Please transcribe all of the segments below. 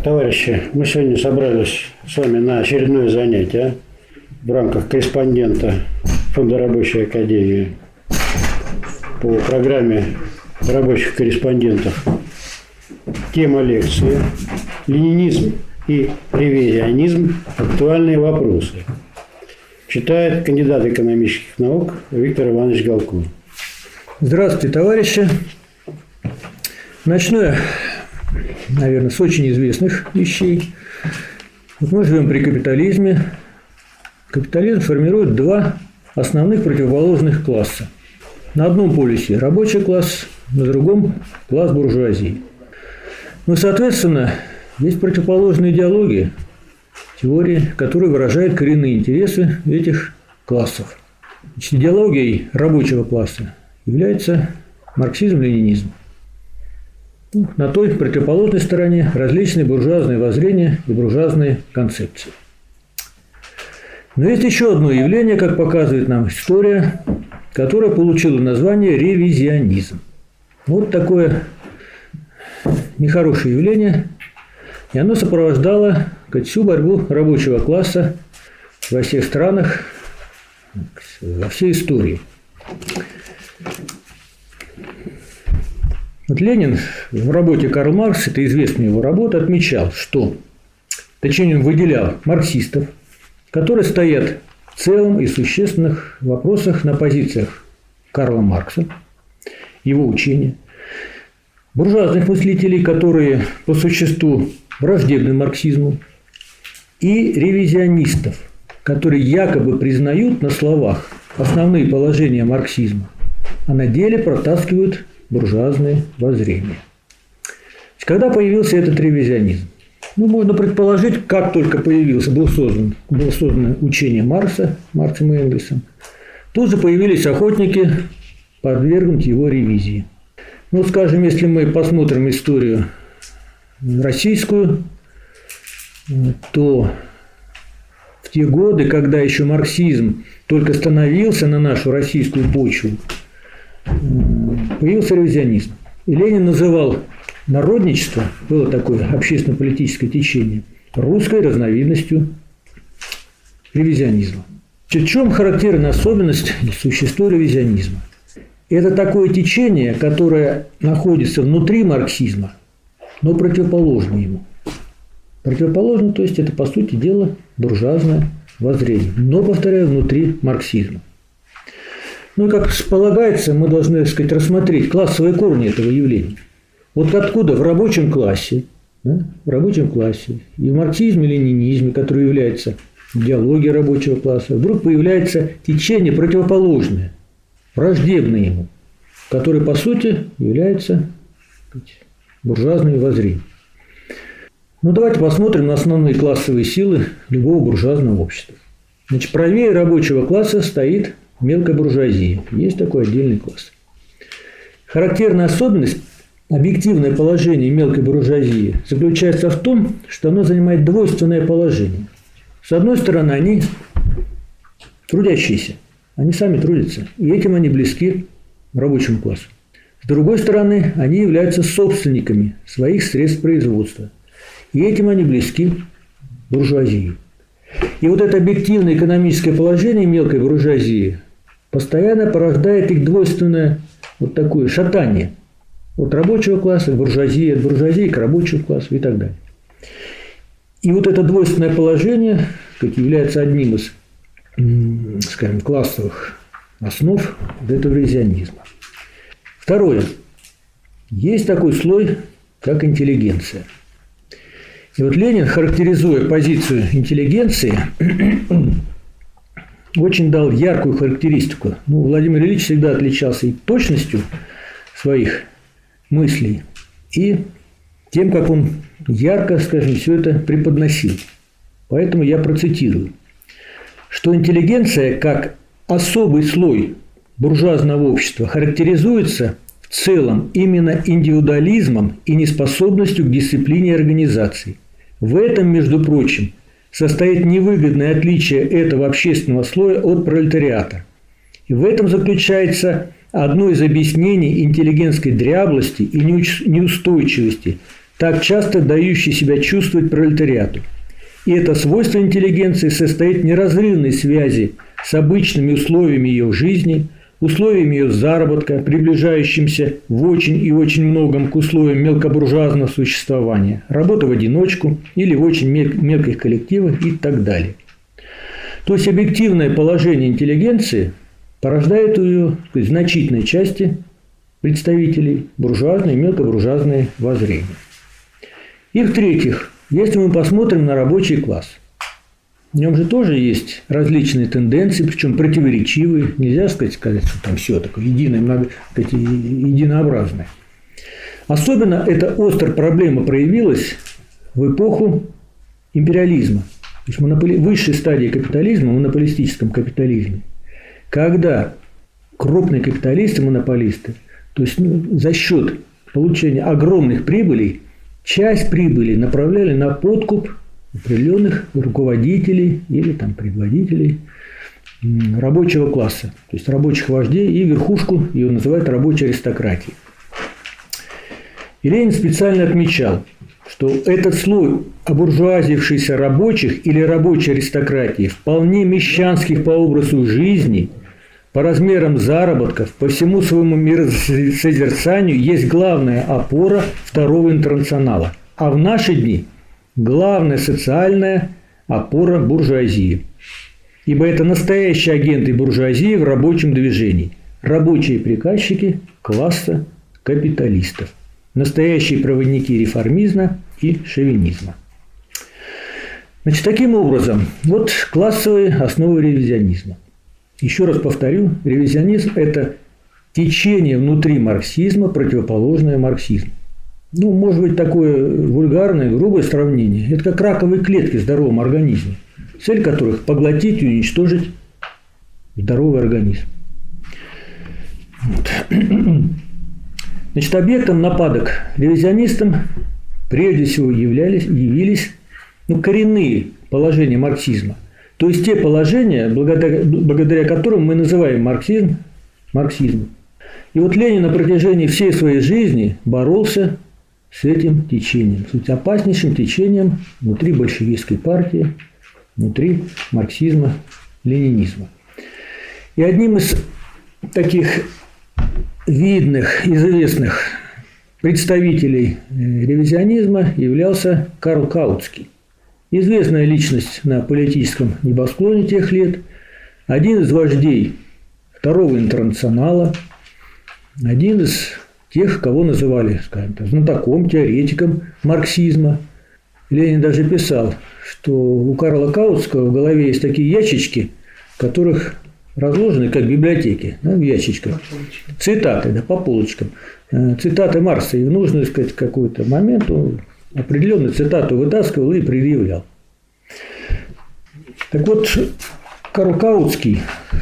Товарищи, мы сегодня собрались с вами на очередное занятие в рамках корреспондента Фонда рабочей академии по программе рабочих корреспондентов. Тема лекции «Ленинизм и ревизионизм. Актуальные вопросы». Читает кандидат экономических наук Виктор Иванович Галкун. Здравствуйте, товарищи. Начну я, наверное, с очень известных вещей. Вот мы живем при капитализме. Капитализм формирует два основных противоположных класса. На одном полюсе рабочий класс, на другом класс буржуазии. Ну, соответственно, есть противоположные идеологии, теории, которые выражают коренные интересы этих классов. Значит, идеологией рабочего класса является марксизм-ленинизм. На той противоположной стороне различные буржуазные воззрения и буржуазные концепции. Но есть еще одно явление, как показывает нам история, которое получило название ревизионизм. Вот такое нехорошее явление, и оно сопровождало всю борьбу рабочего класса во всех странах, во всей истории. Вот Ленин в работе «Карл Маркс», это известная его работа, отмечал, что, точнее, он выделял марксистов, которые стоят в целом и существенных вопросах на позициях Карла Маркса, его учения, буржуазных мыслителей, которые по существу враждебны марксизму, и ревизионистов, которые якобы признают на словах основные положения марксизма, а на деле протаскивают буржуазные воззрения. Когда появился этот ревизионизм? Ну, можно предположить, как только появился, было создано учение Марксом и Энгельсом, тут же появились охотники подвергнуть его ревизии. Ну, скажем, если мы посмотрим историю российскую, то в те годы, когда еще марксизм только становился на нашу российскую почву, появился ревизионизм. И Ленин называл народничество, было такое общественно-политическое течение, русской разновидностью ревизионизма. В чем характерна особенность и существо ревизионизма? Это такое течение, которое находится внутри марксизма, но противоположно ему. Противоположно, то есть это, по сути дела, буржуазное воззрение, но, повторяю, внутри марксизма. Ну, как полагается, мы должны, так сказать, рассмотреть классовые корни этого явления. Вот откуда в рабочем классе, и в марксизме, ленинизме, который является идеологией рабочего класса, вдруг появляется течение противоположное, враждебное ему, которое, по сути, является буржуазными воззрениями. Ну, давайте посмотрим на основные классовые силы любого буржуазного общества. Значит, правее рабочего класса стоит мелкая буржуазия. Есть такой отдельный класс. Характерная особенность, объективное положение мелкой буржуазии заключается в том, что оно занимает двойственное положение. С одной стороны, они трудящиеся, они сами трудятся, и этим они близки рабочему классу. С другой стороны, они являются собственниками своих средств производства, и этим они близки буржуазии. И вот это объективное экономическое положение мелкой буржуазии постоянно порождает их двойственное вот такое шатание от рабочего класса к буржуазии, от буржуазии к рабочему классу и так далее. И вот это двойственное положение, как является одним из, скажем, классовых основ этого ревизионизма. Второе. Есть такой слой, как интеллигенция. И вот Ленин, характеризуя позицию интеллигенции, очень дал яркую характеристику. Ну, Владимир Ильич всегда отличался и точностью своих мыслей, и тем, как он ярко, скажем, все это преподносил. Поэтому я процитирую, что интеллигенция, как особый слой буржуазного общества, характеризуется в целом именно индивидуализмом и неспособностью к дисциплине и организации. В этом, между прочим, состоит невыгодное отличие этого общественного слоя от пролетариата. И в этом заключается одно из объяснений интеллигентской дряблости и неустойчивости так часто дающий себя чувствовать пролетариату. И это свойство интеллигенции состоит в неразрывной связи с обычными условиями ее жизни, условиями ее заработка, приближающимся в очень и очень многом к условиям мелкобуржуазного существования, работа в одиночку или в очень мелких коллективах и так далее. То есть объективное положение интеллигенции порождает у ее значительной части представителей буржуазные и мелкобуржуазные воззрения. И в-третьих, если мы посмотрим на рабочий класс, в нем же тоже есть различные тенденции, причем противоречивые. Нельзя сказать, что там все такое единообразное. Особенно эта острая проблема проявилась в эпоху империализма, то есть высшей стадии капитализма, монополистическом капитализме, когда крупные капиталисты, монополисты, то есть за счет получения огромных прибылей, часть прибыли направляли на подкуп определенных руководителей или там предводителей рабочего класса, то есть рабочих вождей, и верхушку ее называют рабочей аристократией. И Ленин специально отмечал, что этот слой обуржуазившихся рабочих или рабочей аристократии, вполне мещанских по образу жизни, по размерам заработков, по всему своему миросозерцанию, есть главная опора второго интернационала. А в наши дни главная социальная опора буржуазии. Ибо это настоящие агенты буржуазии в рабочем движении. Рабочие приказчики класса капиталистов. Настоящие проводники реформизма и шовинизма. Значит, таким образом, вот классовые основы ревизионизма. Еще раз повторю, ревизионизм – это течение внутри марксизма, противоположное марксизму. Ну, может быть, такое вульгарное, грубое сравнение. Это как раковые клетки в здоровом организме, цель которых – поглотить и уничтожить здоровый организм. Вот. Значит, объектом нападок ревизионистам прежде всего явились коренные положения марксизма. То есть те положения, благодаря которым мы называем марксизм марксизмом. И вот Ленин на протяжении всей своей жизни боролся с этим течением, с опаснейшим течением внутри большевистской партии, внутри марксизма-ленинизма. И одним из таких видных, известных представителей ревизионизма являлся Карл Каутский. Известная личность на политическом небосклоне тех лет, один из вождей второго интернационала, один из тех, кого называли, скажем так, знатоком, теоретиком марксизма. Ленин даже писал, что у Карла Каутского в голове есть такие ящички, в которых разложены, как библиотеки, в ящичках, цитаты, по полочкам, цитаты Маркса. И в нужный, сказать, какой-то момент он определенную цитату вытаскивал и предъявлял. Так вот, Карл Каутский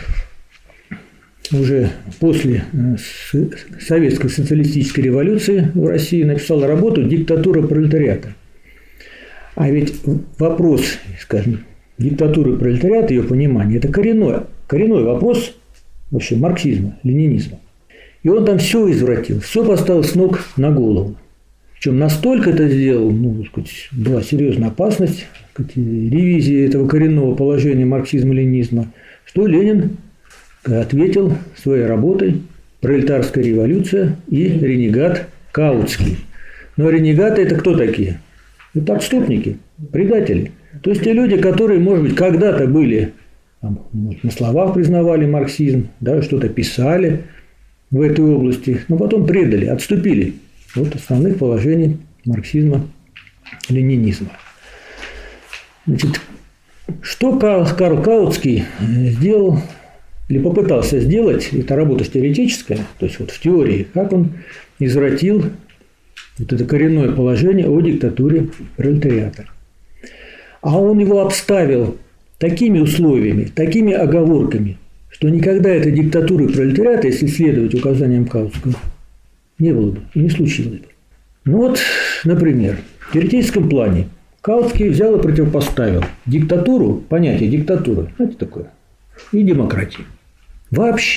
уже после Советской социалистической революции в России написал работу «Диктатура пролетариата». А ведь вопрос, скажем, диктатуры пролетариата, ее понимание, это коренной вопрос вообще марксизма, ленинизма. И он там все извратил, все поставил с ног на голову. Причем настолько это сделал, была серьезная опасность ревизии этого коренного положения марксизма-ленинизма, что Ленин ответил своей работой «Пролетарская революция» и «Ренегат Каутский». Но ренегаты – это кто такие? Это отступники, предатели. То есть те люди, которые, может быть, когда-то были, на словах признавали марксизм, что-то писали в этой области, но потом предали, отступили от основных положений марксизма-ленинизма. Значит, что Карл Каутский сделал или попытался сделать, это работа теоретическая, то есть в теории, как он извратил это коренное положение о диктатуре пролетариата. А он его обставил такими условиями, такими оговорками, что никогда этой диктатуры пролетариата, если следовать указаниям Каутского, не было бы и не случилось бы. Например, в теоретическом плане Каутский взял и противопоставил диктатуру, понятие диктатуры, знаете такое, и демократии. Вообще.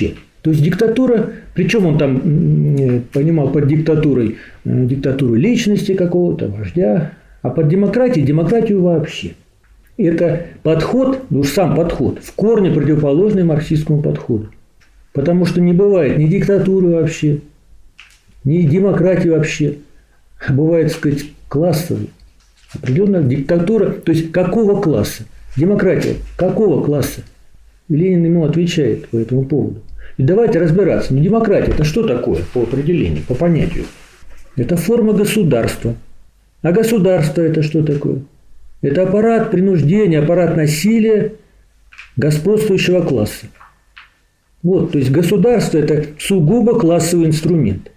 То есть диктатура, причем он там понимал под диктатурой диктатуру личности какого-то, вождя, а под демократией демократию вообще. Это подход, уж сам подход, в корне противоположный марксистскому подходу. Потому что не бывает ни диктатуры вообще, ни демократии вообще, а бывает, так сказать, классовая. Определенная диктатура, то есть какого класса? Демократия какого класса? И Ленин ему отвечает по этому поводу. И давайте разбираться. Ну, демократия – это что такое по определению, по понятию? Это форма государства. А государство – это что такое? Это аппарат принуждения, аппарат насилия господствующего класса. Вот, то есть государство – это сугубо классовый инструмент.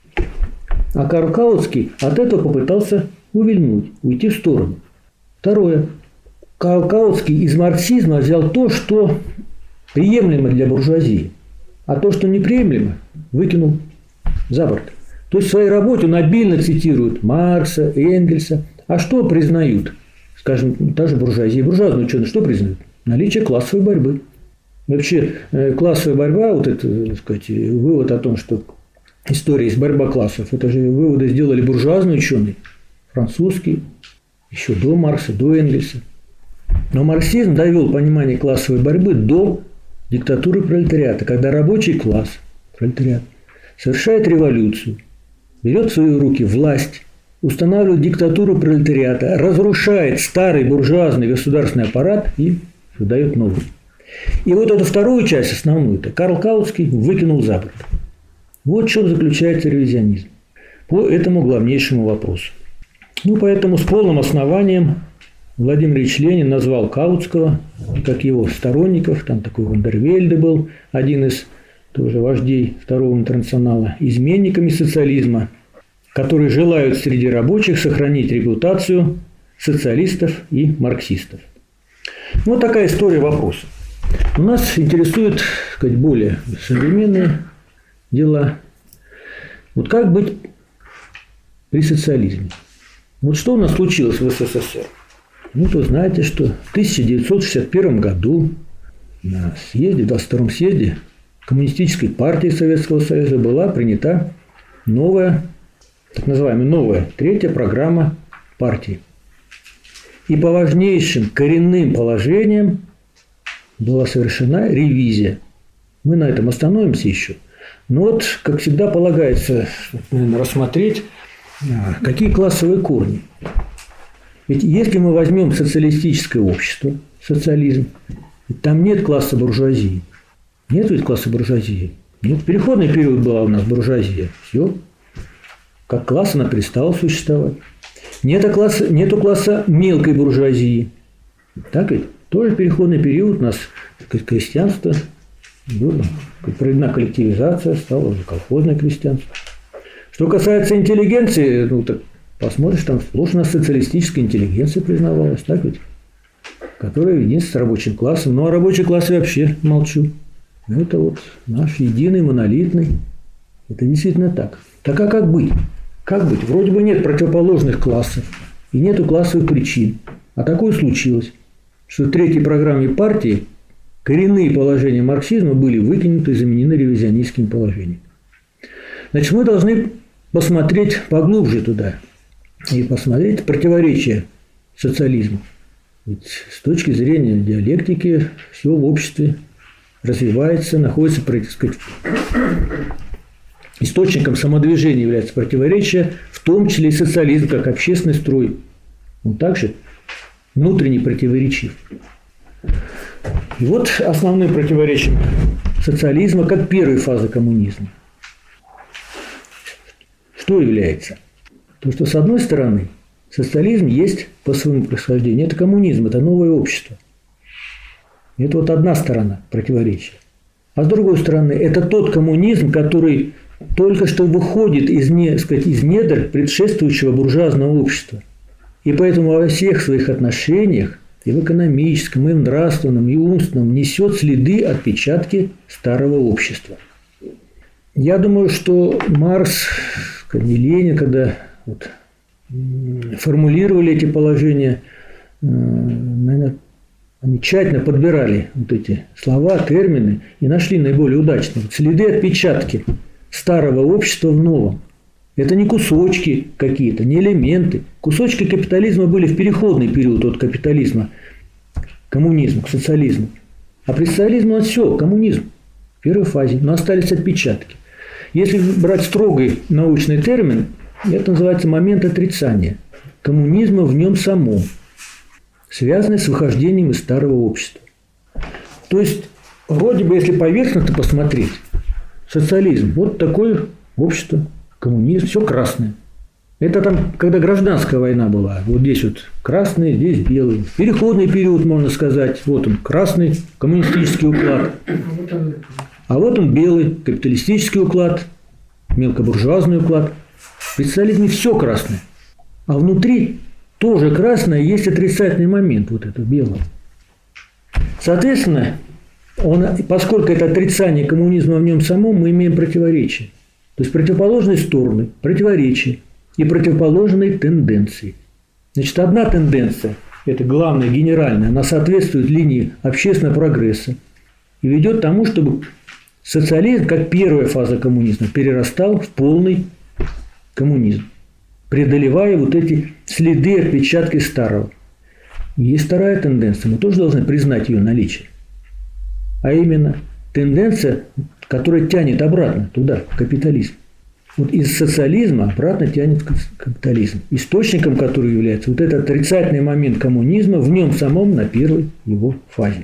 А Карл Каутский от этого попытался увильнуть, уйти в сторону. Второе. Карл Каутский из марксизма взял то, что приемлемо для буржуазии, а то, что неприемлемо, выкинул за борт. То есть в своей работе он обильно цитирует Маркса, Энгельса. А что признают? Скажем, та же буржуазия. Буржуазные ученые что признают? Наличие классовой борьбы. Вообще классовая борьба, вот это, так сказать, вывод о том, что история есть борьба классов, это же выводы сделали буржуазные ученые, французские, еще до Маркса, до Энгельса. Но марксизм довел понимание классовой борьбы до диктатуры пролетариата, когда рабочий класс, пролетариат, совершает революцию, берет в свои руки власть, устанавливает диктатуру пролетариата, разрушает старый буржуазный государственный аппарат и создает новый. И вот эту вторую часть, основную-то, Карл Каутский выкинул за борт. Вот в чем заключается ревизионизм по этому главнейшему вопросу. Ну, поэтому с полным основанием Владимир Ильич Ленин назвал Каутского, как его сторонников, там такой Вандервельде был, один из тоже вождей Второго интернационала, изменниками социализма, которые желают среди рабочих сохранить репутацию социалистов и марксистов. Вот такая история вопроса. У нас интересуют, так сказать, более современные дела. Вот как быть при социализме? Вот что у нас случилось в СССР? Ну, вы знаете, что в 1961 году на съезде, 22-м съезде Коммунистической партии Советского Союза была принята новая, так называемая новая, третья программа партии. И по важнейшим коренным положениям была совершена ревизия. Мы на этом остановимся еще. Но вот, как всегда, полагается, наверное, рассмотреть, какие классовые корни. Ведь если мы возьмем социалистическое общество, социализм, там нет класса буржуазии. Нет ведь класса буржуазии. Нет. Переходный период была у нас буржуазия. Все. Как класс она перестала существовать. Нету класса мелкой буржуазии. Так ведь? Тоже переходный период у нас, так сказать, крестьянство. Было проведена коллективизация, стало уже колхозное крестьянство. Что касается интеллигенции, ну так посмотришь, там сплошь у нас социалистическая интеллигенция признавалась, так ведь? Которая единственная с рабочим классом. Ну, о рабочем классе вообще молчу. Это вот наш единый, монолитный. Это действительно так. Так а как быть? Как быть? Вроде бы нет противоположных классов и нету классовых причин. А такое случилось, что в третьей программе партии коренные положения марксизма были выкинуты и заменены ревизионистскими положениями. Значит, мы должны посмотреть поглубже туда и посмотреть противоречия социализма. Ведь с точки зрения диалектики все в обществе развивается, находится, так сказать, источником самодвижения является противоречие, в том числе и социализм как общественный строй. Он также внутренне противоречив. И вот основным противоречием социализма как первой фазы коммунизма. Что является? То, что с одной стороны социализм есть по своему происхождению. Это коммунизм, это новое общество. Это вот одна сторона противоречия. А с другой стороны, это тот коммунизм, который только что выходит из недр предшествующего буржуазного общества. И поэтому во всех своих отношениях, и в экономическом, и в нравственном, и умственном, несет следы, отпечатки старого общества. Я думаю, что Маркс, и Ленин, когда формулировали эти положения, наверное, Они тщательно подбирали вот эти слова, термины и нашли наиболее удачные. Следы, отпечатки старого общества в новом. Это не кусочки какие-то, не элементы. Кусочки капитализма были в переходный период от капитализма к коммунизму, к социализму. А при социализме у нас все, коммунизм в первой фазе, но остались отпечатки. Если брать строгий научный термин, это называется момент отрицания коммунизма в нем самом, связанный с выхождением из старого общества. То есть, вроде бы, если поверхностно посмотреть, социализм, вот такое общество, коммунизм, все красное. Это там, когда гражданская война была, вот здесь вот красный, здесь белый. Переходный период, можно сказать, вот он красный, коммунистический уклад. А вот он белый, капиталистический уклад, мелкобуржуазный уклад. При социализме все красное. А внутри тоже красное, есть отрицательный момент, вот это белое. Соответственно, поскольку это отрицание коммунизма в нем самом, мы имеем противоречие. То есть противоположные стороны, противоречия и противоположные тенденции. Значит, одна тенденция, это главная, генеральная, она соответствует линии общественного прогресса и ведет к тому, чтобы социализм, как первая фаза коммунизма, перерастал в полный коммунизм, преодолевая вот эти следы, отпечатки старого. Есть вторая тенденция, мы тоже должны признать ее наличие. А именно тенденция, которая тянет обратно туда, в капитализм. Вот из социализма обратно тянет капитализм, источником которого является вот этот отрицательный момент коммунизма в нем самом на первой его фазе.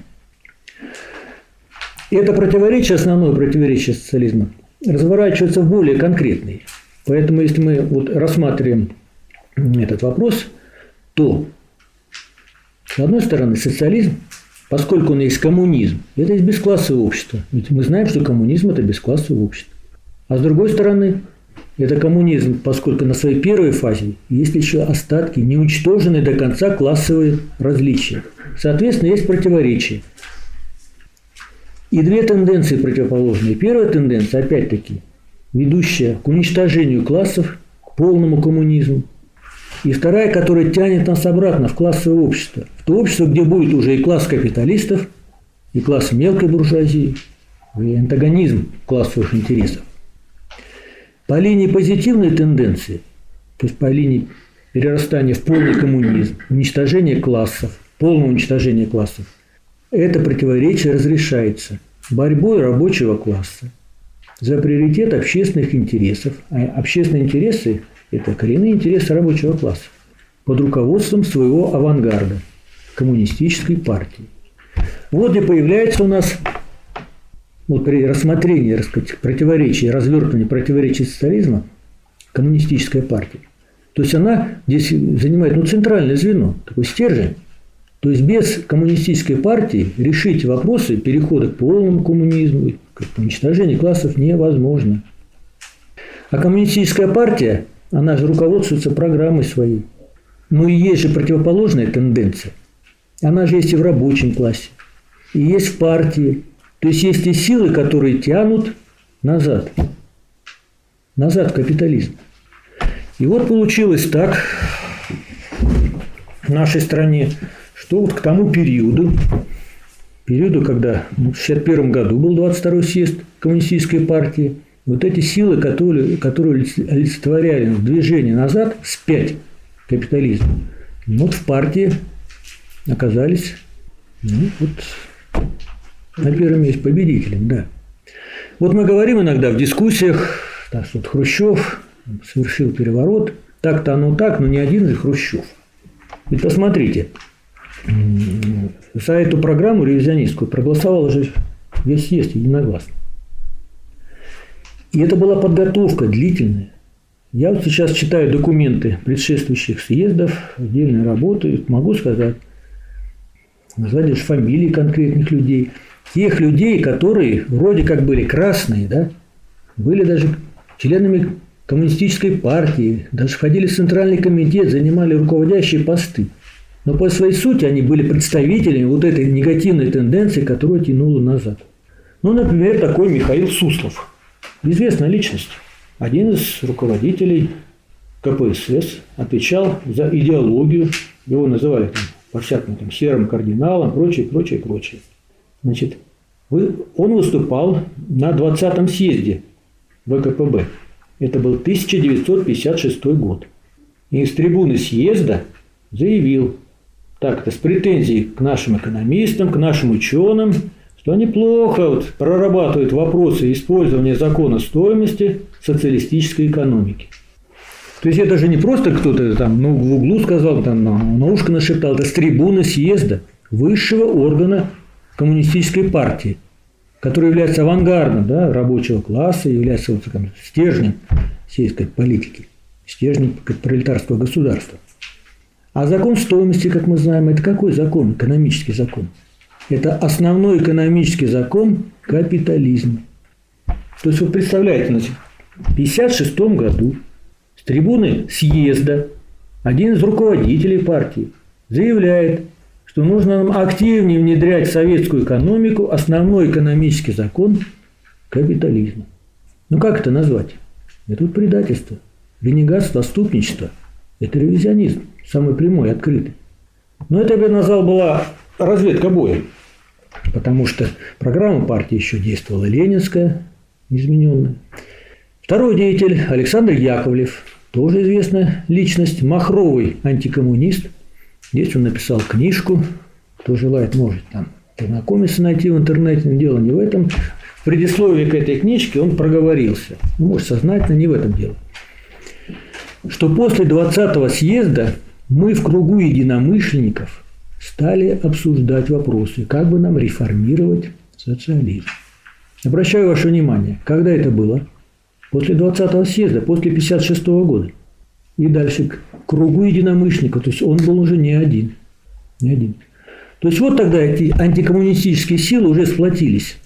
И это противоречие, основное противоречие социализма, разворачивается в более конкретные. Поэтому, если мы вот рассматриваем этот вопрос, то, с одной стороны, социализм, поскольку он есть коммунизм, это есть бесклассовое общество. Ведь мы знаем, что коммунизм – это бесклассовое общество. А с другой стороны, это коммунизм, поскольку на своей первой фазе есть еще остатки, не уничтоженные до конца классовые различия. Соответственно, есть противоречия. И две тенденции противоположные. Первая тенденция, опять-таки, ведущая к уничтожению классов, к полному коммунизму. И вторая, которая тянет нас обратно в классовое общество. В то общество, где будет уже и класс капиталистов, и класс мелкой буржуазии, и антагонизм классовых интересов. По линии позитивной тенденции, то есть по линии перерастания в полный коммунизм, уничтожения классов, полного уничтожения классов, это противоречие разрешается борьбой рабочего класса за приоритет общественных интересов. А общественные интересы – это коренные интересы рабочего класса под руководством своего авангарда – коммунистической партии. Вот где появляется у нас вот при рассмотрении, так сказать, противоречий, развертывании противоречий социализма коммунистическая партия. То есть она здесь занимает центральное звено, такой стержень. То есть без коммунистической партии решить вопросы перехода к полному коммунизму, к уничтожению классов невозможно. А коммунистическая партия, она же руководствуется программой своей. Но и есть же противоположная тенденция. Она же есть и в рабочем классе, и есть в партии. То есть есть и силы, которые тянут назад в капитализм. И вот получилось так в нашей стране, что вот к тому периоду, когда в 1961 году был 22-й съезд коммунистической партии, вот эти силы, которые олицетворяли движение назад, вспять капитализма, вот в партии оказались на первом месте победителем, да. Вот мы говорим иногда в дискуссиях, что вот Хрущев совершил переворот, так-то оно так, но не один же Хрущев. Ведь посмотрите, за эту программу ревизионистскую проголосовал же весь съезд единогласно. И это была подготовка длительная. Я вот сейчас читаю документы предшествующих съездов, отдельные работы, могу сказать, назвать лишь фамилии конкретных людей. Тех людей, которые вроде как были красные, да, были даже членами коммунистической партии, даже входили в Центральный комитет, занимали руководящие посты. Но по своей сути они были представителями вот этой негативной тенденции, которая тянула назад. Ну, например, такой Михаил Суслов. Известная личность. Один из руководителей КПСС, отвечал за идеологию, его называли там по всяким там серым кардиналам, прочее, прочее, прочее. Значит, он выступал на 20-м съезде ВКПБ. Это был 1956 год. И с трибуны съезда заявил, так-то с претензией к нашим экономистам, к нашим ученым, что они плохо прорабатывают вопросы использования закона стоимости социалистической экономики. То есть это же не просто кто-то там в углу сказал, там на ушко нашептал, это с трибуны съезда высшего органа коммунистической партии, который является авангардом, да, рабочего класса, является стержнем сельской политики, стержнем пролетарского государства. А закон стоимости, как мы знаем, это какой закон? Экономический закон. Это основной экономический закон капитализма. То есть вы представляете, значит, в 1956 году с трибуны съезда один из руководителей партии заявляет, что нужно нам активнее внедрять в советскую экономику основной экономический закон капитализма. Ну как это назвать? Это предательство, ренегатство, отступничество. Это ревизионизм, самый прямой, открытый. Но это, я бы назвал, была разведка боя. Потому что программа партии еще действовала ленинская, неизмененная. Второй деятель Александр Яковлев, тоже известная личность, махровый антикоммунист. Здесь он написал книжку. Кто желает, может там познакомиться, найти в интернете. Но дело не в этом. В предисловии к этой книжке он проговорился. Ну, может, сознательно, не в этом дело. Что после 20-го съезда мы в кругу единомышленников стали обсуждать вопросы, как бы нам реформировать социализм. Обращаю ваше внимание, когда это было? После 20-го съезда, после 1956 года. И дальше к кругу единомышленников. То есть он был уже не один. Не один. То есть вот тогда эти антикоммунистические силы уже сплотились.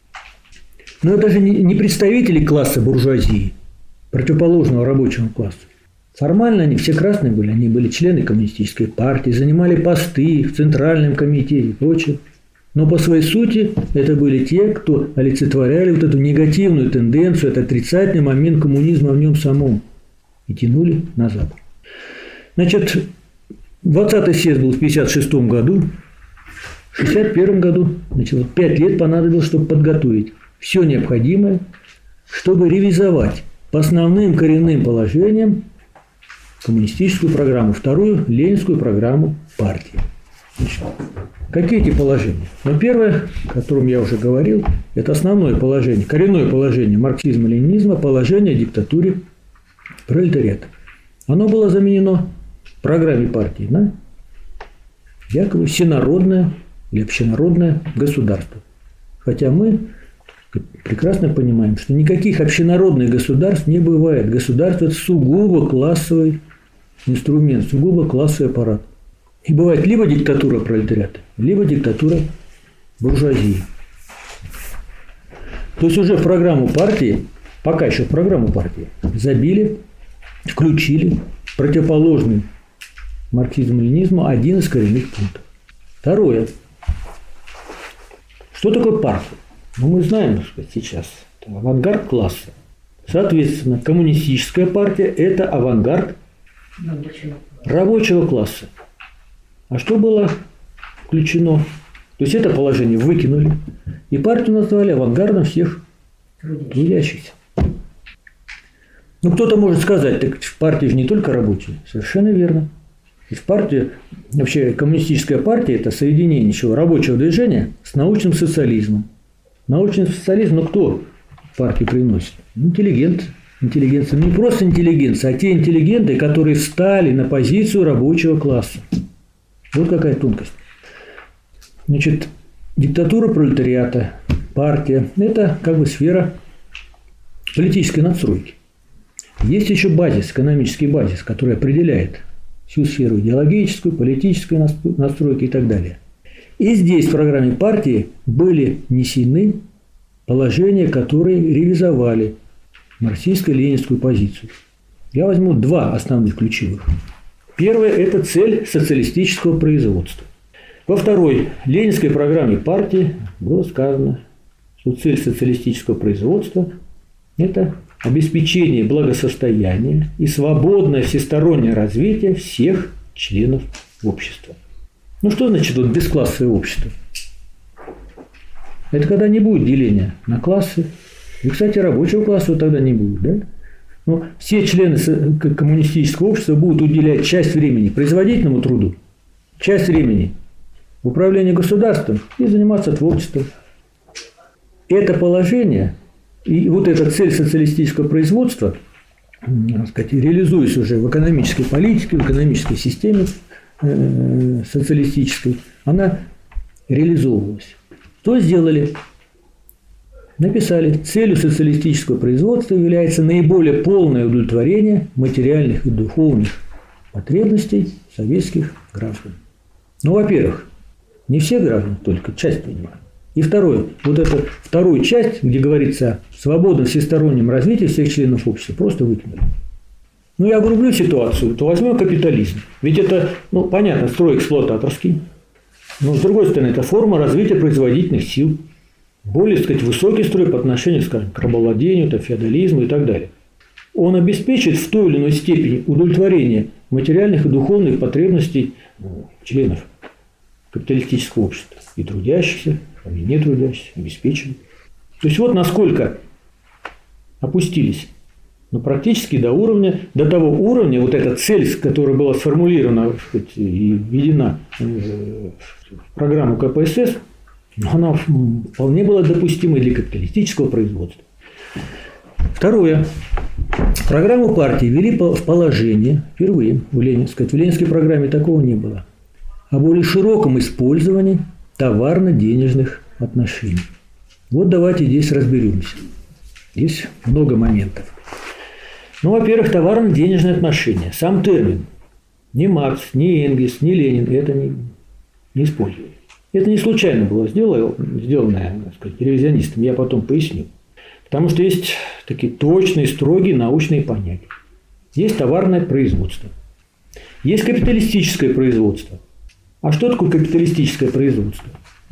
Но это же не представители класса буржуазии, противоположного рабочему классу. Формально они все красные были, они были члены коммунистической партии, занимали посты в Центральном комитете и прочее. Но по своей сути это были те, кто олицетворяли вот эту негативную тенденцию, этот отрицательный момент коммунизма в нем самом и тянули назад. Значит, 20-й съезд был в 1956 году, в 1961 году, значит, 5 лет понадобилось, чтобы подготовить все необходимое, чтобы ревизовать по основным коренным положениям коммунистическую программу, вторую ленинскую программу партии. Значит, какие эти положения? Ну, первое, о котором я уже говорил, это основное положение, коренное положение марксизма-ленинизма, положение о диктатуре пролетариата. Оно было заменено в программе партии на якобы всенародное или общенародное государство. Хотя мы прекрасно понимаем, что никаких общенародных государств не бывает. Государство – это сугубо классовый инструмент, сугубо классовый аппарат. И бывает либо диктатура пролетариата, либо диктатура буржуазии. То есть уже в программу партии, пока еще в программу партии, забили, включили противоположный марксизму-ленинизму один из коренных пунктов. Второе. Что такое партия? Ну, мы знаем, что сейчас это авангард класса. Соответственно, коммунистическая партия – это авангард рабочего класса. А что было включено? То есть это положение выкинули, и партию назвали авангардом всех трудящихся. Ну, кто-то может сказать, так в партии же не только рабочие. Совершенно верно. И в партии, вообще коммунистическая партия – это соединение чего? Рабочего движения с научным социализмом. Научный социализм, но кто партию приносит? Интеллигенция. Не просто интеллигенция, а те интеллигенты, которые встали на позицию рабочего класса. Вот какая тонкость. Значит, диктатура пролетариата, партия – это как бы сфера политической надстройки. Есть еще базис, экономический базис, который определяет всю сферу идеологическую, политическую настройки и так далее. И здесь в программе партии были внесены положения, которые ревизовали марксистско-ленинскую позицию. Я возьму два основных ключевых. Первое – это цель социалистического производства. Во второй ленинской программе партии было сказано, что цель социалистического производства – это обеспечение благосостояния и свободное всестороннее развитие всех членов общества. Ну что значит вот бесклассовое общество? Это когда не будет деления на классы. И, кстати, рабочего класса тогда не будет, да? Но все члены коммунистического общества будут уделять часть времени производительному труду, часть времени управлению государством и заниматься творчеством. Это положение и вот эта цель социалистического производства, так сказать, реализуясь уже в экономической политике, в экономической системе социалистической, она реализовывалась. Что сделали? Написали: целью социалистического производства является наиболее полное удовлетворение материальных и духовных потребностей советских граждан. Ну, во-первых, не все граждане, только часть из них. И второе, вот эту вторую часть, где говорится о свободном всестороннем развитии всех членов общества, просто выкинули. Ну, я огрублю ситуацию, то возьмем капитализм. Ведь это, ну, понятно, строй эксплуататорский. Но, с другой стороны, это форма развития производительных сил. Более, так сказать, высокий строй по отношению, скажем, к рабовладению, феодализму и так далее. Он обеспечит в той или иной степени удовлетворение материальных и духовных потребностей членов капиталистического общества. И трудящихся, и не трудящихся, обеспечен. То есть вот насколько опустились. Но практически до того уровня, вот эта цель, которая была сформулирована, так сказать, и введена в программу КПСС, она вполне была допустимой для капиталистического производства. Второе. Программу партии ввели в положение, впервые в ленинской программе такого не было, о более широком использовании товарно-денежных отношений. Вот давайте здесь разберемся. Здесь много моментов. Ну, во-первых, товарно-денежные отношения. Сам термин. Ни Маркс, ни Энгельс, ни Ленин это не использовали. Это не случайно было сделано, так сказать, ревизионистами, я потом поясню. Потому что есть такие точные, строгие научные понятия. Есть товарное производство. Есть капиталистическое производство. А что такое капиталистическое производство?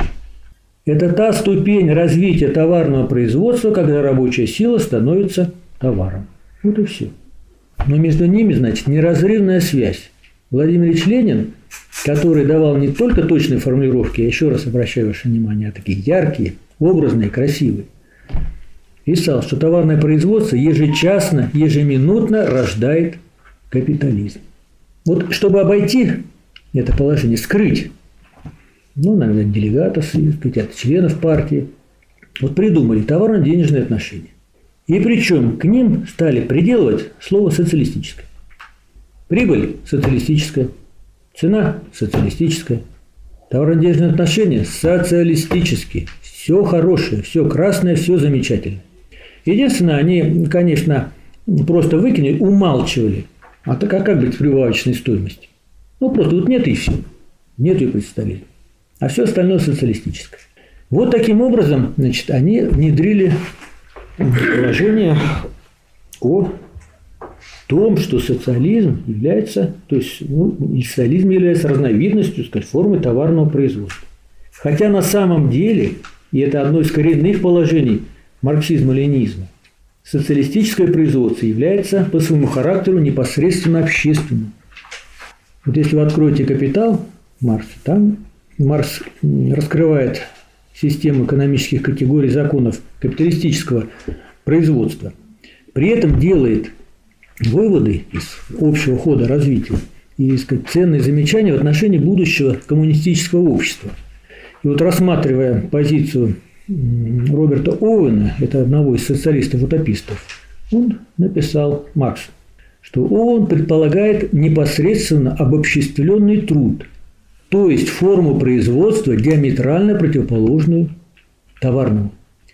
Это та ступень развития товарного производства, когда рабочая сила становится товаром. Вот и все. Но между ними, значит, неразрывная связь. Владимир Ильич Ленин, который давал не только точные формулировки, я еще раз обращаю ваше внимание, а такие яркие, образные, красивые, писал, что товарное производство ежечасно, ежеминутно рождает капитализм. Вот чтобы обойти это положение, скрыть, ну, наверное, делегатов, от членов партии, вот придумали товарно-денежные отношения. И причем к ним стали приделывать слово «социалистическое». Прибыль – социалистическая, цена – социалистическая, товарно-денежные отношения – социалистические. Все хорошее, все красное, все замечательное. Единственное, они, конечно, просто выкинули, умалчивали. А так, а как быть с прибавочной стоимостью? Ну, просто вот нет и все. Нет ее представления. А все остальное социалистическое. Вот таким образом, значит, они внедрили положение о том, что социализм является, то есть, социализм является разновидностью, сказать, формы товарного производства. Хотя на самом деле, и это одно из коренных положений марксизма-ленизма, социалистическое производство является по своему характеру непосредственно общественным. Вот если вы откроете «Капитал» Маркса, там Маркс раскрывает систему экономических категорий законов капиталистического производства. При этом делает выводы из общего хода развития и, сказать, ценные замечания в отношении будущего коммунистического общества. И вот рассматривая позицию Роберта Оуэна, это одного из социалистов-утопистов, он написал, Маркс, что Оуэн предполагает непосредственно обобществленный труд, то есть форму производства диаметрально противоположную товарному.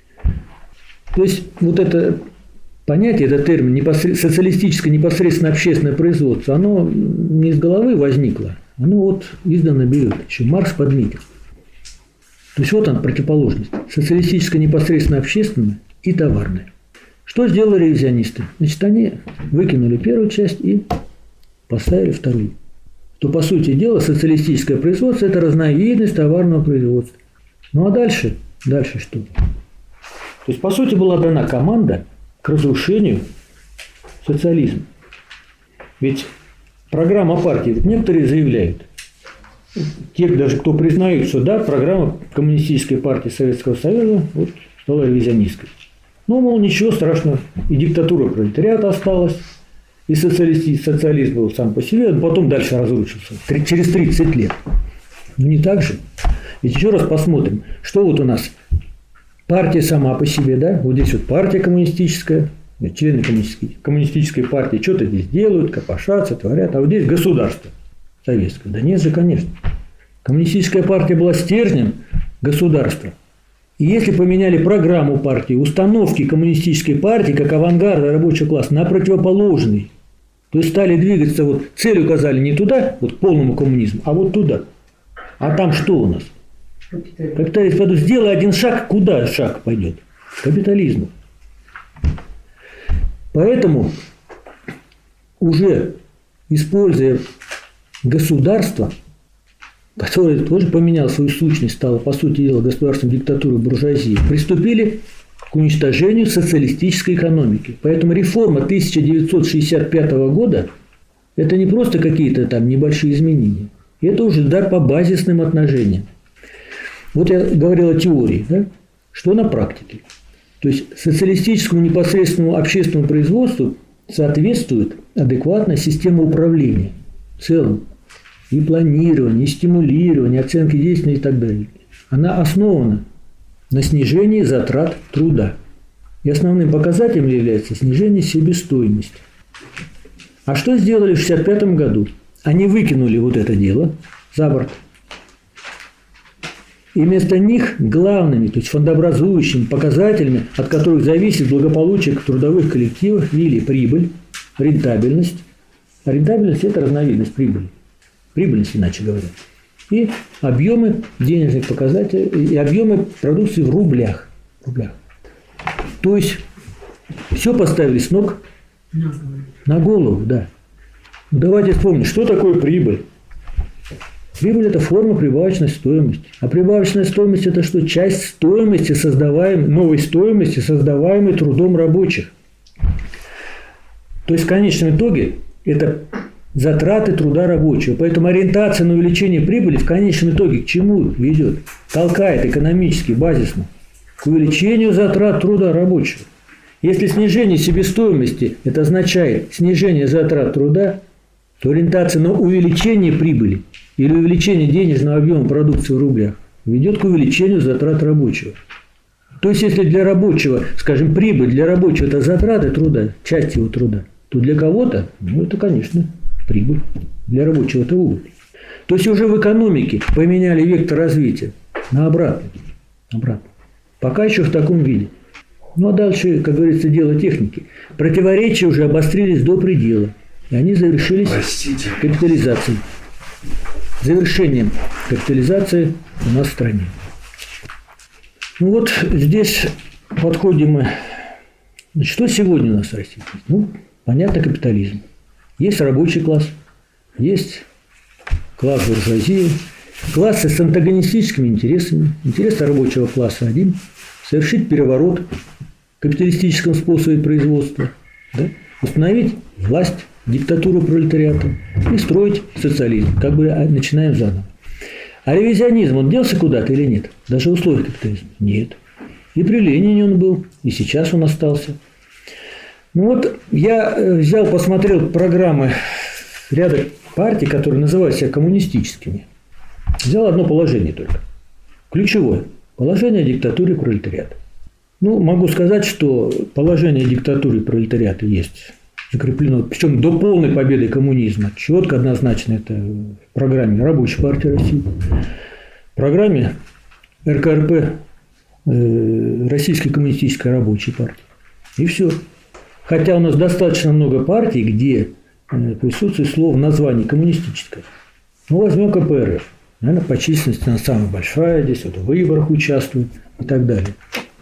То есть вот это понятие, этот термин социалистическое непосредственно общественное производство, оно не из головы возникло, оно вот издавна берет, еще Маркс подметил. То есть вот она противоположность. Социалистическое непосредственно общественное и товарное. Что сделали ревизионисты? Значит, они выкинули первую часть и поставили вторую. То, по сути дела, социалистическое производство – это разновидность товарного производства. Ну, а дальше что? То есть, по сути, была дана команда к разрушению социализма. Ведь программа партии, некоторые заявляют, те, даже кто признают, что да, программа Коммунистической партии Советского Союза вот, стала ревизионистской. Ну, мол, ничего страшного, и диктатура пролетариата осталась, и социализм был сам по себе, а потом дальше разрушился, через 30 лет. Ну, не так же. Ведь еще раз посмотрим, что вот у нас партия сама по себе, да, вот здесь вот партия коммунистическая, члены коммунистической партии что-то здесь делают, копошатся, творят, а вот здесь государство советское. Да нет же, конечно. Коммунистическая партия была стержнем государства. И если поменяли программу партии, установки коммунистической партии, как авангарда рабочего класса, на противоположный, то есть стали двигаться, вот цель указали не туда, вот к полному коммунизму, а вот туда. А там что у нас? Капитализм. Сделай один шаг, куда шаг пойдет? К капитализму. Поэтому, уже используя государство, которое тоже поменяло свою сущность, стало, по сути дела, государством диктатуры буржуазии, приступили к уничтожению социалистической экономики. Поэтому реформа 1965 года – это не просто какие-то там небольшие изменения. Это уже удар по базисным отношениям. Вот я говорил о теории, да? Что на практике. То есть социалистическому непосредственному общественному производству соответствует адекватная система управления в целом. И планирование, и стимулирование, оценки действий и так далее. Она основана на снижении затрат труда. И основным показателем является снижение себестоимости. А что сделали в 1965 году? Они выкинули вот это дело за борт. И вместо них главными, то есть фондообразующими показателями, от которых зависит благополучие трудовых коллективов, ввели прибыль, рентабельность. А рентабельность – это разновидность прибыли. Прибыльность, иначе говоря. И объемы денежных показателей, и объемы продукции в рублях. То есть все поставили с ног на голову, да. Давайте вспомним, что такое прибыль. Прибыль – это форма прибавочной стоимости. А прибавочная стоимость – это что? Часть стоимости, новой стоимости, создаваемой трудом рабочих. То есть в конечном итоге это затраты труда рабочего. Поэтому ориентация на увеличение прибыли в конечном итоге к чему ведет? Толкает экономически, базисно к увеличению затрат труда рабочего. Если снижение себестоимости – это означает снижение затрат труда, то ориентация на увеличение прибыли или увеличение денежного объема продукции в рублях ведет к увеличению затрат рабочего. То есть, если для рабочего, скажем, прибыль для рабочего – это затраты труда, часть его труда, то для кого-то, это, конечно, прибыль. Для рабочего – это убыль. То есть, уже в экономике поменяли вектор развития на обратный. Пока еще в таком виде. Ну, а дальше, как говорится, дело техники. Противоречия уже обострились до предела. И они завершились капитализацией. Завершением капитализации у нас в стране. Ну вот здесь подходим мы. Значит, что сегодня у нас в России? Ну, понятно, капитализм. Есть рабочий класс, есть класс буржуазии, классы с антагонистическими интересами. Интерес рабочего класса один – совершить переворот в капиталистическом способе производства, да? Установить власть, диктатуру пролетариата и строить социализм. Как бы начинаем заново. А ревизионизм, он делся куда-то или нет? Даже в условиях капитализма? Нет. И при Ленине он был, и сейчас он остался. Ну вот я посмотрел программы ряда партий, которые называют себя коммунистическими. Взял одно положение только. Ключевое. Положение о диктатуре пролетариата. Ну, могу сказать, что положение о диктатуре пролетариата есть закреплено, причем до полной победы коммунизма. Четко, однозначно это в программе Рабочей партии России, в программе РКРП, Российской коммунистической рабочей партии. И все. Хотя у нас достаточно много партий, где присутствует слово в названии коммунистическое. Ну, возьмем КПРФ. Наверное, по численности она самая большая, здесь вот в выборах участвует и так далее.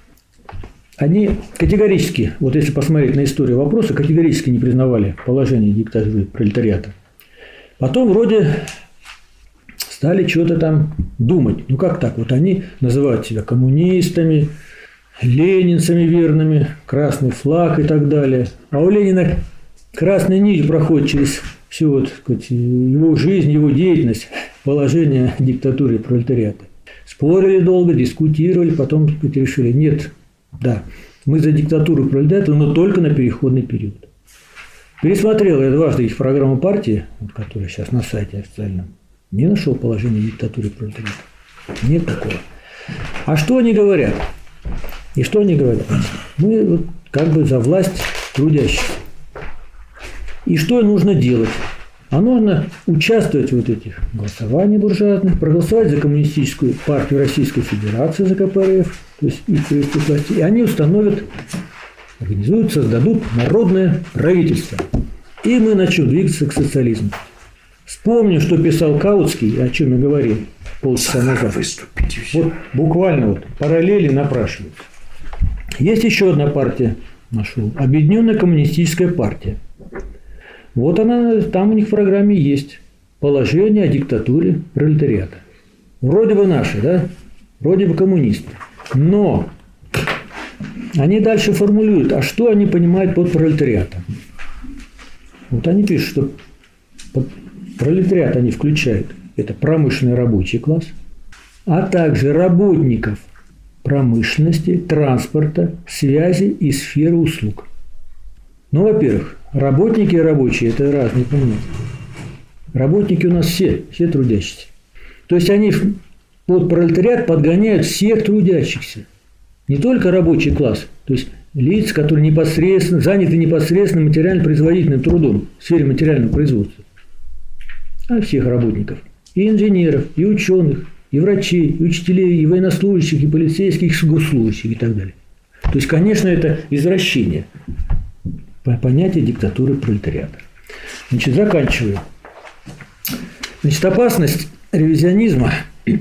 Они категорически, вот если посмотреть на историю вопроса, категорически не признавали положение диктатуры пролетариата. Потом вроде стали что-то там думать. Ну как так? Вот они называют себя коммунистами, ленинцами верными, красный флаг и так далее. А у Ленина красная нить проходит через всю вот, сказать, его жизнь, его деятельность. положение диктатуры и пролетариата. Спорили долго, дискутировали, потом решили, нет, да, мы за диктатуру и пролетариата, но только на переходный период. Пересмотрел я дважды их программу партии, которая сейчас на сайте официальном, не нашел положения диктатуры и пролетариата. Нет такого. А что они говорят? И что они говорят? Мы вот как бы за власть трудящихся. И что нужно делать? А нужно участвовать в вот этих голосованиях буржуазных, проголосовать за коммунистическую партию Российской Федерации, за КПРФ, то есть их привести к власти, и они установят, организуют, создадут народное правительство. И мы начнем двигаться к социализму. Вспомню, что писал Каутский, о чем я говорил полчаса назад. Вот буквально вот параллели напрашиваются. Есть еще одна партия, нашел, Объединенная коммунистическая партия. Вот она, там у них в программе есть положение о диктатуре пролетариата. Вроде бы наши, да? Вроде бы коммунисты. Но они дальше формулируют, а что они понимают под пролетариатом. Вот они пишут, что под пролетариат они включают это промышленный рабочий класс, а также работников промышленности, транспорта, связи и сферы услуг. Ну, во-первых, работники и рабочие – это разные понятия. Работники у нас все трудящиеся. То есть они под пролетариат подгоняют всех трудящихся. Не только рабочий класс, то есть лица, которые непосредственно заняты непосредственно материально-производительным трудом в сфере материального производства, а всех работников. И инженеров, и ученых, и врачей, и учителей, и военнослужащих, и полицейских, и госслужащих и так далее. То есть, конечно, это извращение понятия диктатуры пролетариата. Значит, заканчиваю. Значит, опасность ревизионизма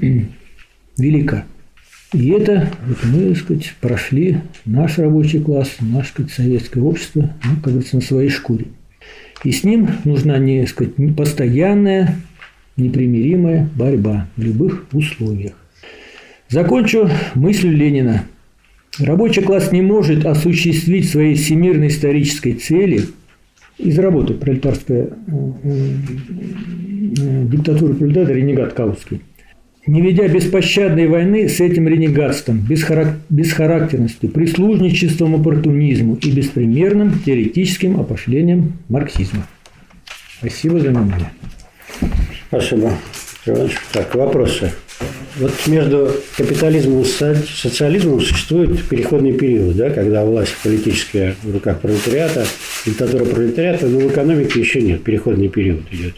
велика. И это вот мы, так сказать, прошли наш рабочий класс, наше, так сказать, советское общество, ну, как говорится, на своей шкуре. И с ним нужна, так сказать, постоянная, непримиримая борьба в любых условиях. Закончу мыслью Ленина. Рабочий класс не может осуществить своей всемирной исторической цели из работы «Пролетарская диктатура пролетариата», ренегат Каутский, не ведя беспощадной войны с этим ренегатством, бесхарактерностью, прислужничеством оппортунизму и беспримерным теоретическим опошлением марксизма. Спасибо за внимание. Спасибо. Так, вопросы. Вот между капитализмом и социализмом существует переходный период, да, когда власть политическая в руках пролетариата, диктатура пролетариата, но в экономике еще нет, переходный период идет.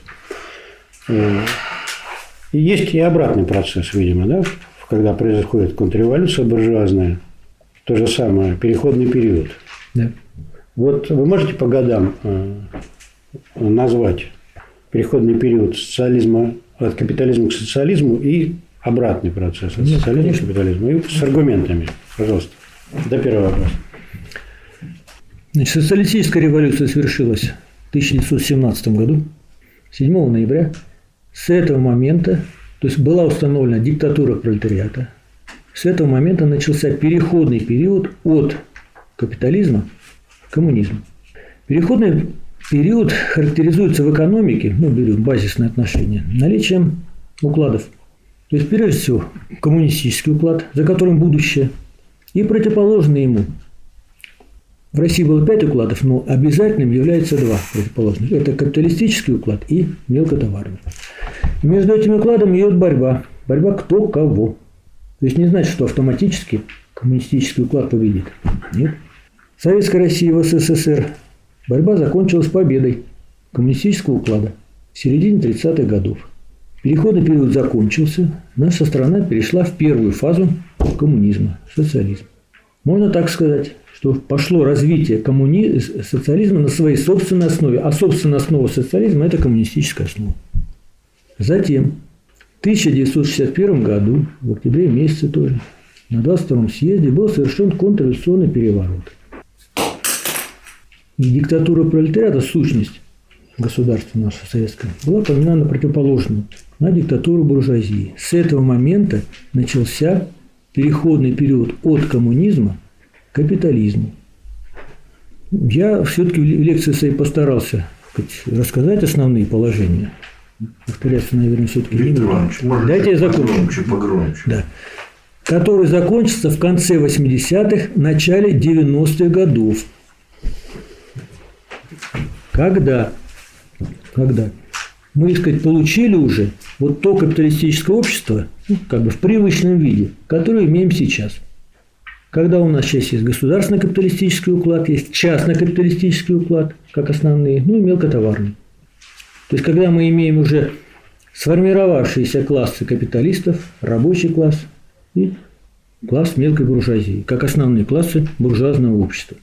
И есть и обратный процесс, видимо, да, когда происходит контрреволюция буржуазная, то же самое, переходный период. Да. Вот вы можете по годам назвать переходный период социализма, от капитализма к социализму и обратный процесс от социализма к капитализму, и с аргументами, пожалуйста. До первого вопроса. Значит, социалистическая революция свершилась в 1917 году, 7 ноября. С этого момента, то есть была установлена диктатура пролетариата, с этого момента начался переходный период от капитализма к коммунизму. Переходный период характеризуется в экономике, мы берем базисные отношения, наличием укладов. То есть, прежде всего, коммунистический уклад, за которым будущее, и противоположный ему. В России было 5 укладов, но обязательным является 2 противоположных. Это капиталистический уклад и мелкотоварный. Между этими укладами идет борьба. Борьба кто кого. То есть не значит, что автоматически коммунистический уклад победит. Нет. В Советской России, в СССР борьба закончилась победой коммунистического уклада в середине 30-х годов. Переходный период закончился, наша страна перешла в первую фазу коммунизма, социализма. Можно так сказать, что пошло развитие социализма на своей собственной основе, а собственная основа социализма – это коммунистическая основа. Затем, в 1961 году, в октябре месяце тоже, на 22-м съезде был совершен контрреволюционный переворот. И диктатура пролетариата, сущность государства нашего советского, была поменена на противоположную, на диктатуру буржуазии. С этого момента начался переходный период от коммунизма к капитализму. Я все-таки в лекции своей постарался рассказать основные положения. повторяться, наверное, все-таки не Виктор буду. Иванович, Дайте я закончу. Погромче. Да. Который закончится в конце 80-х, начале 90-х годов. Когда мы, так сказать, получили уже вот то капиталистическое общество, как бы в привычном виде, которое имеем сейчас. Когда у нас сейчас есть государственный капиталистический уклад, есть частно-капиталистический уклад, как основные, ну и мелкотоварный. То есть, когда мы имеем уже сформировавшиеся классы капиталистов, рабочий класс и класс мелкой буржуазии, как основные классы буржуазного общества.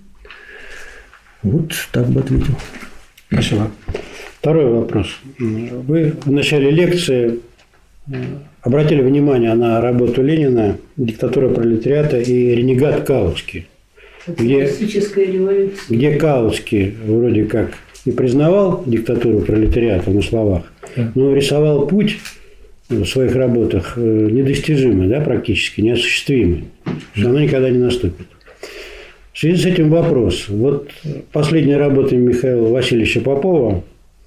Вот так бы ответил. Спасибо. Второй вопрос. Вы в начале лекции обратили внимание на работу Ленина «Диктатура пролетариата» и «Ренегат Каутский», где Каутский вроде как и признавал диктатуру пролетариата на словах, но рисовал путь в своих работах недостижимый, да, практически неосуществимый, что оно никогда не наступит. В связи с этим вопрос. Вот последняя работа Михаила Васильевича Попова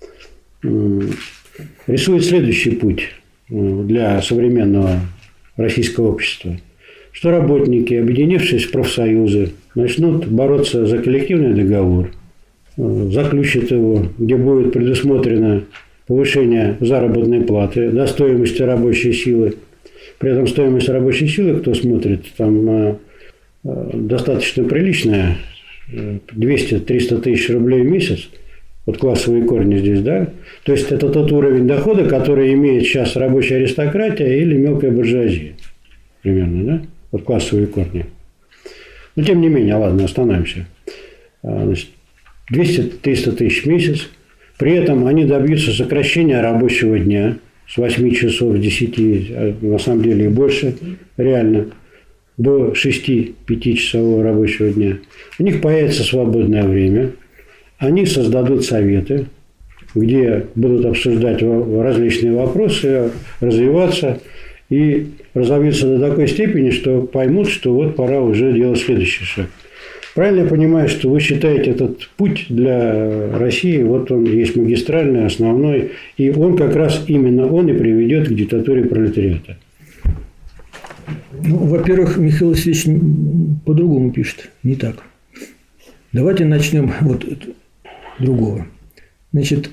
рисует следующий путь для современного российского общества. Что работники, объединившись в профсоюзы, начнут бороться за коллективный договор, заключат его, где будет предусмотрено повышение заработной платы до стоимости рабочей силы. При этом стоимость рабочей силы, кто смотрит, там достаточно приличная, 200-300 тысяч рублей в месяц. Вот классовые корни здесь, да? То есть, это тот уровень дохода, который имеет сейчас рабочая аристократия или мелкая буржуазия. Примерно, да? Вот классовые корни. Но, тем не менее, ладно, остановимся. Значит, 200-300 тысяч в месяц. При этом они добьются сокращения рабочего дня с 8 часов, 10, на самом деле и больше, реально, до 6-5-часового рабочего дня. У них появится свободное время. Они создадут советы, где будут обсуждать различные вопросы, развиваться и разовьются до такой степени, что поймут, что вот пора уже делать следующий шаг. Правильно я понимаю, что вы считаете этот путь для России, вот он есть магистральный, основной, и он как раз именно он и приведет к диктатуре пролетариата? Ну, во-первых, Михаил Васильевич по-другому пишет, не так. Давайте начнем вот другого. Значит,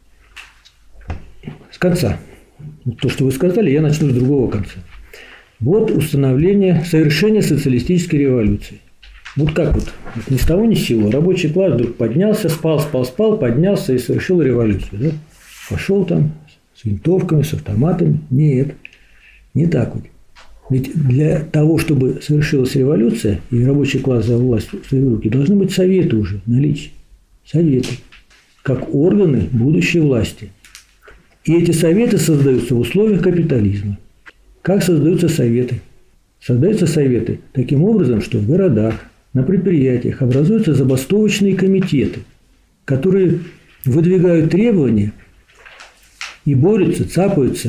с конца. То, что вы сказали, я начну с другого конца. Вот установление, совершение социалистической революции. Вот как вот, ни с того ни с сего. Рабочий класс вдруг поднялся, спал, поднялся и совершил революцию. Да? Пошел там с винтовками, с автоматами. Нет, не так вот. Ведь для того, чтобы совершилась революция, и рабочий класс взял власть в свои руки, должны быть советы уже наличие. Советы. Как органы будущей власти. И эти советы создаются в условиях капитализма. Как создаются советы? Создаются советы таким образом, что в городах, на предприятиях образуются забастовочные комитеты, которые выдвигают требования и борются, цапаются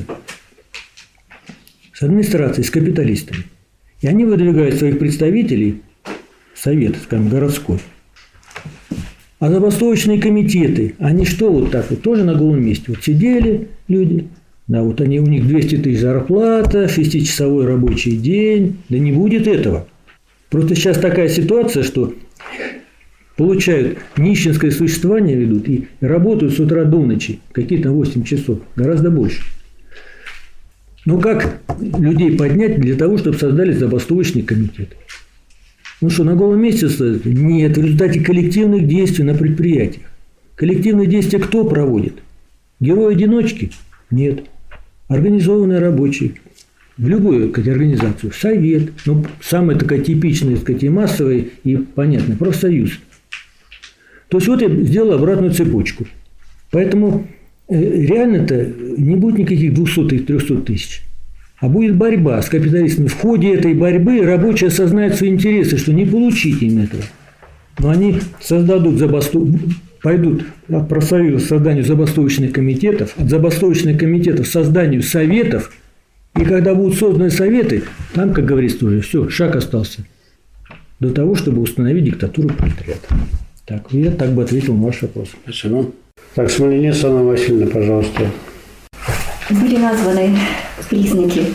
с администрацией, с капиталистами. И они выдвигают своих представителей в совет, скажем, городской. А забастовочные комитеты, они что вот так вот, тоже на голом месте. Вот сидели люди, да, вот они, у них 200 тысяч зарплата, 6-часовой рабочий день. Да не будет этого. Просто сейчас такая ситуация, что получают нищенское существование, ведут и работают с утра до ночи, какие-то 8 часов, гораздо больше. Но как людей поднять для того, чтобы создали забастовочный комитет? Ну что, на голом месте стоят? Нет, в результате коллективных действий на предприятиях. Коллективные действия кто проводит? Герои-одиночки? Нет. Организованные рабочие. В любую организацию. Совет. Ну, самая такая типичная, так сказать, и массовая, и понятная. Профсоюз. То есть, вот я сделал обратную цепочку. Поэтому реально-то не будет никаких 200 и 300 тысяч. А будет борьба с капиталистами. В ходе этой борьбы рабочие осознают свои интересы, что не получить им этого. Но они создадут пойдут от профсоюза к созданию забастовочных комитетов, от забастовочных комитетов к созданию советов. И когда будут созданы советы, там, как говорится, уже все, шаг остался до того, чтобы установить диктатуру пролетариата. Так, я так бы ответил на ваш вопрос. Спасибо. Так, Смоленец Анна Васильевна, пожалуйста. были названы признаки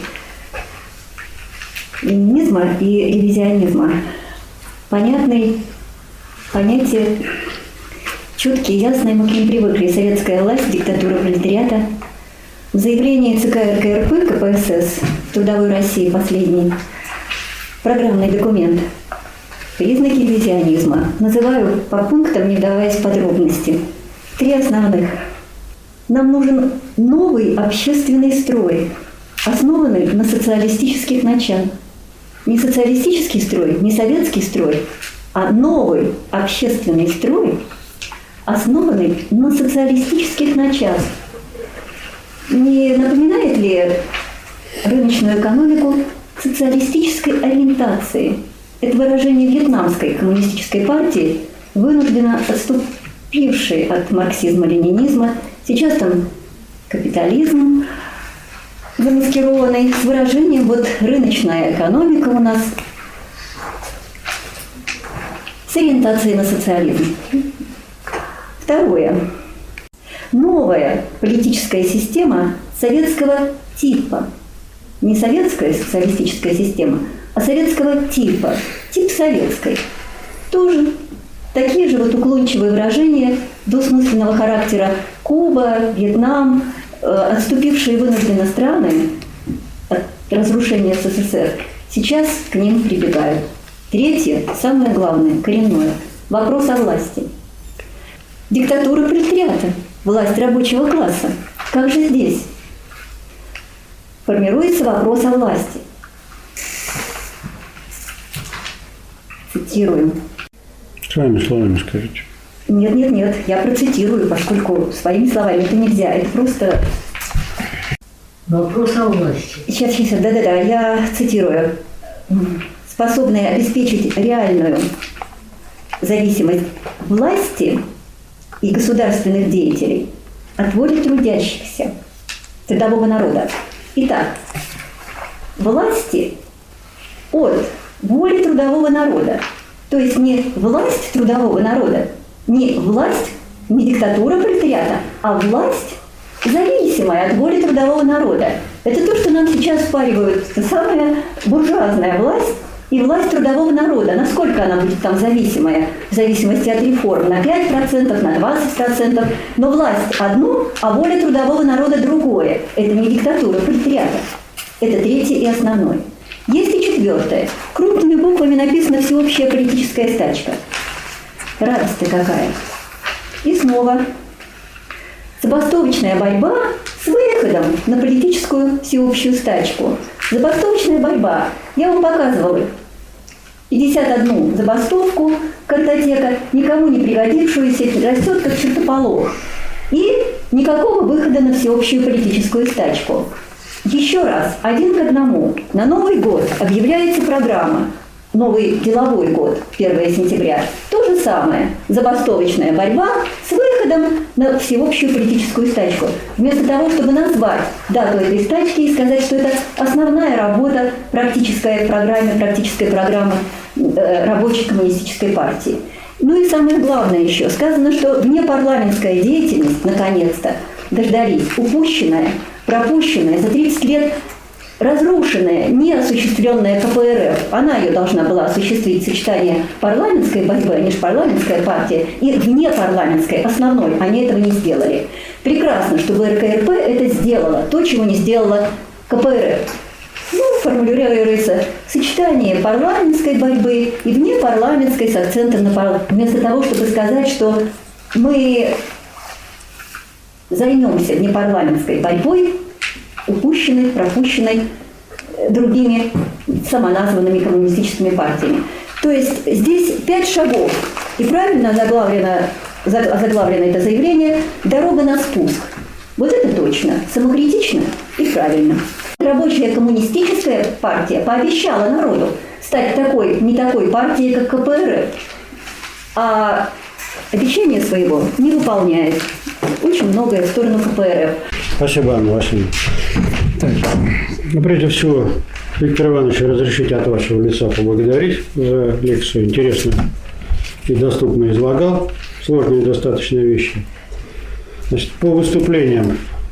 ленинизма и ревизионизма. Понятные понятия, четкие, ясные, мы к ним привыкли. Советская власть, диктатура пролетариата. В заявлении ЦК РКП КПСС «Трудовой России» последний программный документ «Признаки ревизионизма». Называю по пунктам, не вдаваясь в подробности. 3 основных. Нам нужен новый общественный строй, основанный на социалистических началах. Не социалистический строй, не советский строй, а новый общественный строй, основанный на социалистических началах. Не напоминает ли рыночную экономику социалистической ориентации? Это выражение вьетнамской коммунистической партии, вынужденно отступившей от марксизма-ленинизма. Сейчас там капитализм замаскированный, с выражением вот рыночная экономика у нас с ориентацией на социализм. Второе. Новая политическая система советского типа. Не советская социалистическая система, а советского типа. Тип советской. Тоже такие же вот уклончивые выражения двусмысленного характера. Куба, Вьетнам, отступившие вынужденно страны от разрушения СССР, сейчас к ним прибегают. Третье, самое главное, коренное. Вопрос о власти. Диктатура пролетариата. Власть рабочего класса. Как же здесь формируется вопрос о власти? Цитируем. Своими словами скажите. Нет, я процитирую, поскольку своими словами это нельзя. Это просто... Вопрос о власти. Сейчас, я цитирую. Способные обеспечить реальную зависимость власти и государственных деятелей от воли трудящихся, трудового народа. Итак, власти от воли трудового народа. То есть не власть трудового народа, не власть, не диктатура пролетариата, а власть, зависимая от воли трудового народа. Это то, что нам сейчас впаривают, самая буржуазная власть и власть трудового народа. Насколько она будет там зависимая, в зависимости от реформ, на 5%, на 20%. Но власть одно, а воля трудового народа другое. Это не диктатура пролетариата. Это третье и основное. Есть и четвертое. Крупными буквами написана всеобщая политическая стачка. Радость-то какая. И снова забастовочная борьба с выходом на политическую всеобщую стачку. Забастовочная борьба. Я вам показывала 51 забастовку, картотека, никому не пригодившуюся, растет как чертополох. И никакого выхода на всеобщую политическую стачку. Еще раз, 1 к 1. На Новый год объявляется программа. Новый деловой год, 1 сентября. То же самое. Забастовочная борьба с выходом на всеобщую политическую стачку. Вместо того, чтобы назвать дату этой стачки и сказать, что это основная работа практической программы рабочей коммунистической партии. Ну и самое главное еще. Сказано, что внепарламентская деятельность, наконец-то, дождались, упущенная, пропущенная за 30 лет, разрушенная, неосуществленная КПРФ, она ее должна была осуществить, сочетание парламентской борьбы, межпарламентская партия, и внепарламентской, основной, они этого не сделали. Прекрасно, что ВРКРП это сделала, то, чего не сделала КПРФ. Ну, формулируется сочетание парламентской борьбы и внепарламентской с акцентом на парламент. Вместо того, чтобы сказать, что мы займемся внепарламентской борьбой, упущенной, пропущенной другими самоназванными коммунистическими партиями. То есть здесь 5 шагов. И правильно заглавлено это заявление «Дорога на спуск». Вот это точно, самокритично и правильно. Рабочая коммунистическая партия пообещала народу стать не такой партией, как КПРФ. А обещание своего не выполняет. Очень многое в сторону КПРФ. Спасибо, Анна Васильевна. Прежде всего, Виктор Иванович, разрешите от вашего лица поблагодарить за лекцию. Интересно и доступно излагал сложные достаточно вещи. Значит, по выступлениям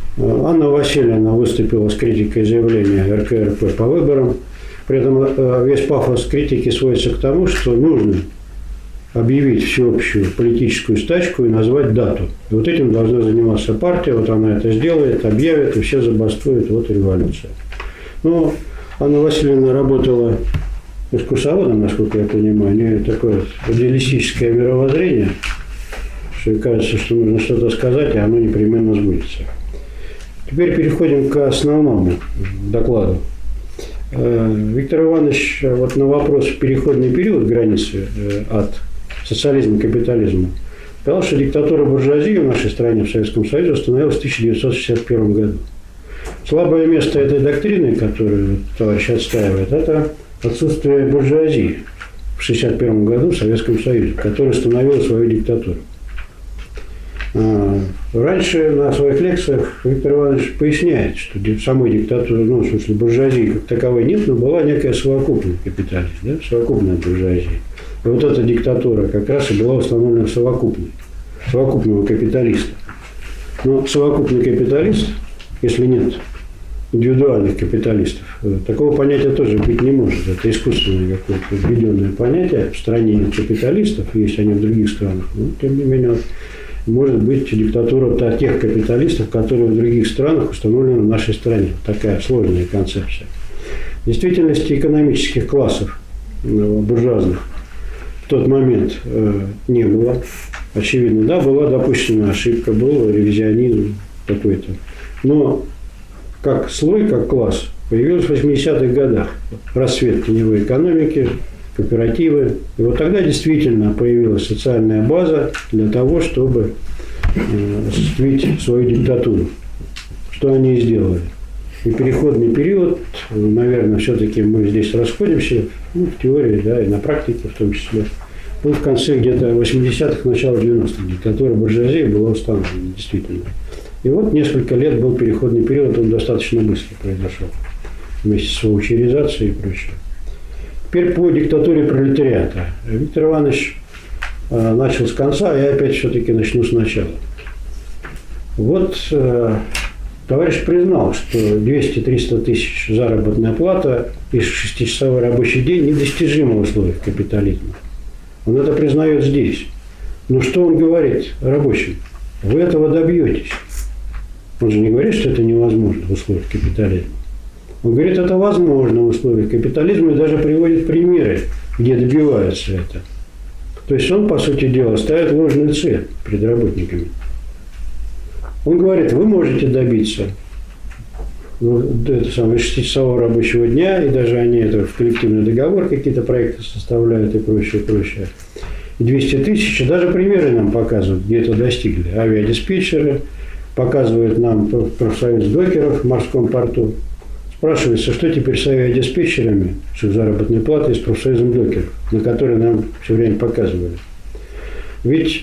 Анна Васильевна выступила с критикой заявления РКРП по выборам. При этом весь пафос критики сводится к тому, что нужно объявить всеобщую политическую стачку и назвать дату. И вот этим должна заниматься партия, вот она это сделает, объявит, и все забастуют, вот революция. Ну, Анна Васильевна работала экскурсоводом, насколько я понимаю, у нее такое идеалистическое мировоззрение, что кажется, что нужно что-то сказать, а оно непременно сбудется. Теперь переходим к основному докладу. Виктор Иванович вот на вопрос в переходный период границы от социализма к капитализму сказал, что диктатура буржуазии в нашей стране, в Советском Союзе, установилась в 1961 году. Слабое место этой доктрины, которую товарищ отстаивает, это отсутствие буржуазии в 1961 году в Советском Союзе, которая установила свою диктатуру. Раньше на своих лекциях Виктор Иванович поясняет, что самой диктатуры, ну, в смысле, буржуазии как таковой нет, но была некая совокупный капитализм, да, совокупная буржуазия. И вот эта диктатура как раз и была установлена совокупного капиталиста. Но совокупный капиталист, если нет индивидуальных капиталистов, такого понятия тоже быть не может. Это искусственное какое-то введенное понятие. В стране нет капиталистов, есть они в других странах. Но, тем не менее, может быть диктатура тех капиталистов, которые в других странах установлены в нашей стране. Такая сложная концепция. В действительности экономических классов буржуазных в тот момент не было. Очевидно, да, была допущена ошибка, был ревизионизм какой-то. Но как слой, как класс появился в 80-х годах. Расцвет теневой экономики, кооперативы. И вот тогда действительно появилась социальная база для того, чтобы осуществить свою диктатуру. Что они и сделали. И переходный период, наверное, все-таки мы здесь расходимся, ну, в теории, да, и на практике в том числе. Ну, в конце где-то 80-х, начало 90-х диктатура буржуазии была установлена, действительно. И вот несколько лет был переходный период, он достаточно быстро произошел, вместе с ваучеризацией и прочее. Теперь по диктатуре пролетариата. Виктор Иванович начал с конца, а я опять все-таки начну сначала. Вот товарищ признал, что 200-300 тысяч заработная плата и 6-часовой рабочий день недостижимы в условиях капитализма. Он это признает здесь. Но что он говорит рабочим? Вы этого добьетесь. Он же не говорит, что это невозможно в условиях капитализма. Он говорит, это возможно в условиях капитализма и даже приводит примеры, где добиваются это. То есть он, по сути дела, ставит ложную цель перед работниками. Он говорит, вы можете добиться это самое 6-часового рабочего дня, и даже они это в коллективный договор какие-то проекты составляют и прочее, прочее. И 200 тысяч, и даже примеры нам показывают, где это достигли. Авиадиспетчеры, показывают нам профсоюз докеров в морском порту. Спрашивается, что теперь с авиадиспетчерами, с их заработной платой, с профсоюзом докеров, на которые нам все время показывали. Ведь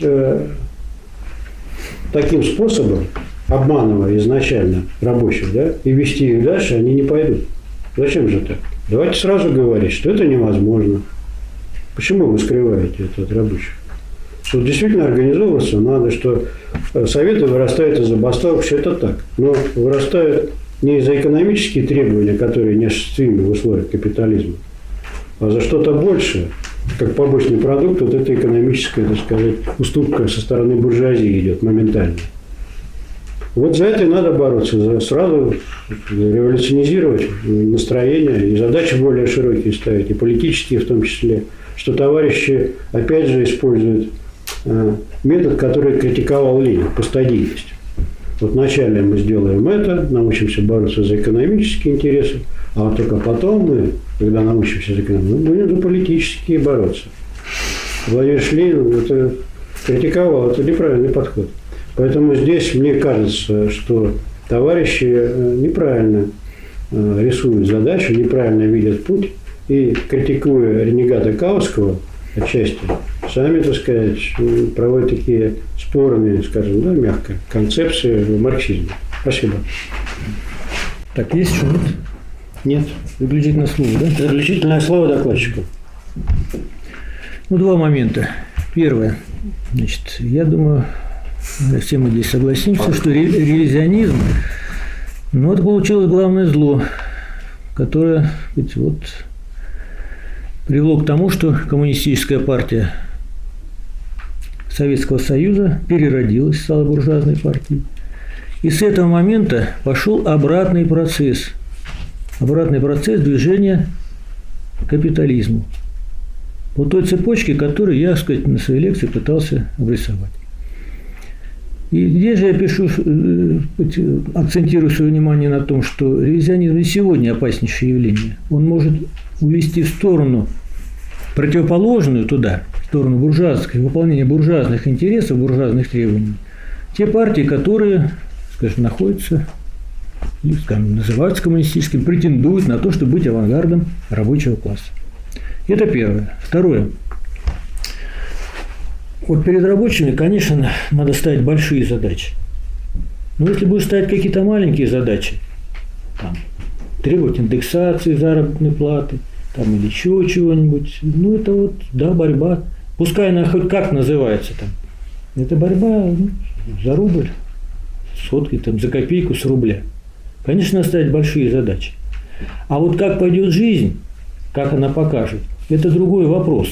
таким способом, обманывая изначально рабочих, да, и вести их дальше, они не пойдут. Зачем же так? Давайте сразу говорить, что это невозможно. Почему вы скрываете это от рабочих? Что действительно организовываться надо, что советы вырастают из забастовок, все это так. Но вырастают не из-за экономические требования, которые неосуществимы в условиях капитализма, а за что-то большее, как побочный продукт, вот эта экономическая, так сказать, уступка со стороны буржуазии идет моментально. Вот за это и надо бороться, сразу революционизировать настроение и задачи более широкие ставить, и политические в том числе, что товарищи опять же используют метод, который критиковал Ленин, постадийность. Вот вначале мы сделаем это, научимся бороться за экономические интересы, а вот только потом мы, когда научимся за экономические, мы будем за политические бороться. Владимир Ленин это критиковал, это неправильный подход. Поэтому здесь мне кажется, что товарищи неправильно рисуют задачу, неправильно видят путь, и, критикуя ренегата Каутского отчасти, сами, так сказать, проводят такие спорные, скажем, да, мягко, концепции марксизма. Спасибо. Так, есть что-то? Нет. Заключительное слово, да? Заключительное слово докладчику. Ну, два момента. Первое. Значит, я думаю, все мы здесь согласимся, что ревизионизм, ну, это получилось главное зло, которое вот, привело к тому, что коммунистическая партия Советского Союза переродилась, стала буржуазной партией. И с этого момента пошел обратный процесс движения к капитализму. По той цепочке, которую я, так сказать, на своей лекции пытался обрисовать. И здесь же я пишу, акцентирую свое внимание на том, что ревизионизм и сегодня опаснейшее явление. Он может увести в сторону противоположную туда, в сторону буржуазской, выполнения буржуазных интересов, буржуазных требований, те партии, которые, скажем, находятся, или, скажем, называются коммунистическими, претендуют на то, чтобы быть авангардом рабочего класса. Это первое. Второе. Вот перед рабочими, конечно, надо ставить большие задачи. Но если будешь ставить какие-то маленькие задачи, там, требовать индексации заработной платы, там, или еще чего-нибудь, ну, это вот, да, борьба. Пускай она хоть как называется там. Это борьба за рубль, сотки, там, за копейку с рубля. Конечно, надо ставить большие задачи. А вот как пойдет жизнь, как она покажет, это другой вопрос.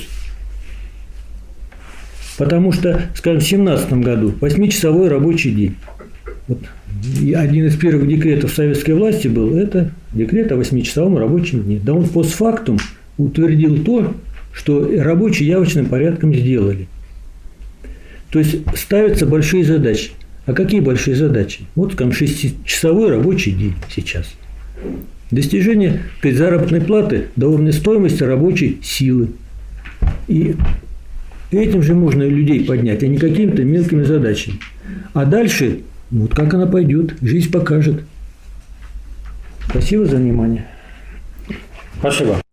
Потому что, скажем, в 2017 году 8-часовой рабочий день. Вот один из первых декретов советской власти был, это декрет о 8-часовом рабочем дне. Да он постфактум утвердил то, что рабочие явочным порядком сделали. То есть ставятся большие задачи. А какие большие задачи? Вот, скажем, 6-часовой рабочий день сейчас. Достижение, сказать, заработной платы до уровня стоимости рабочей силы. И этим же можно людей поднять, а не какими-то мелкими задачами. А дальше, вот как она пойдет, жизнь покажет. Спасибо за внимание. Спасибо.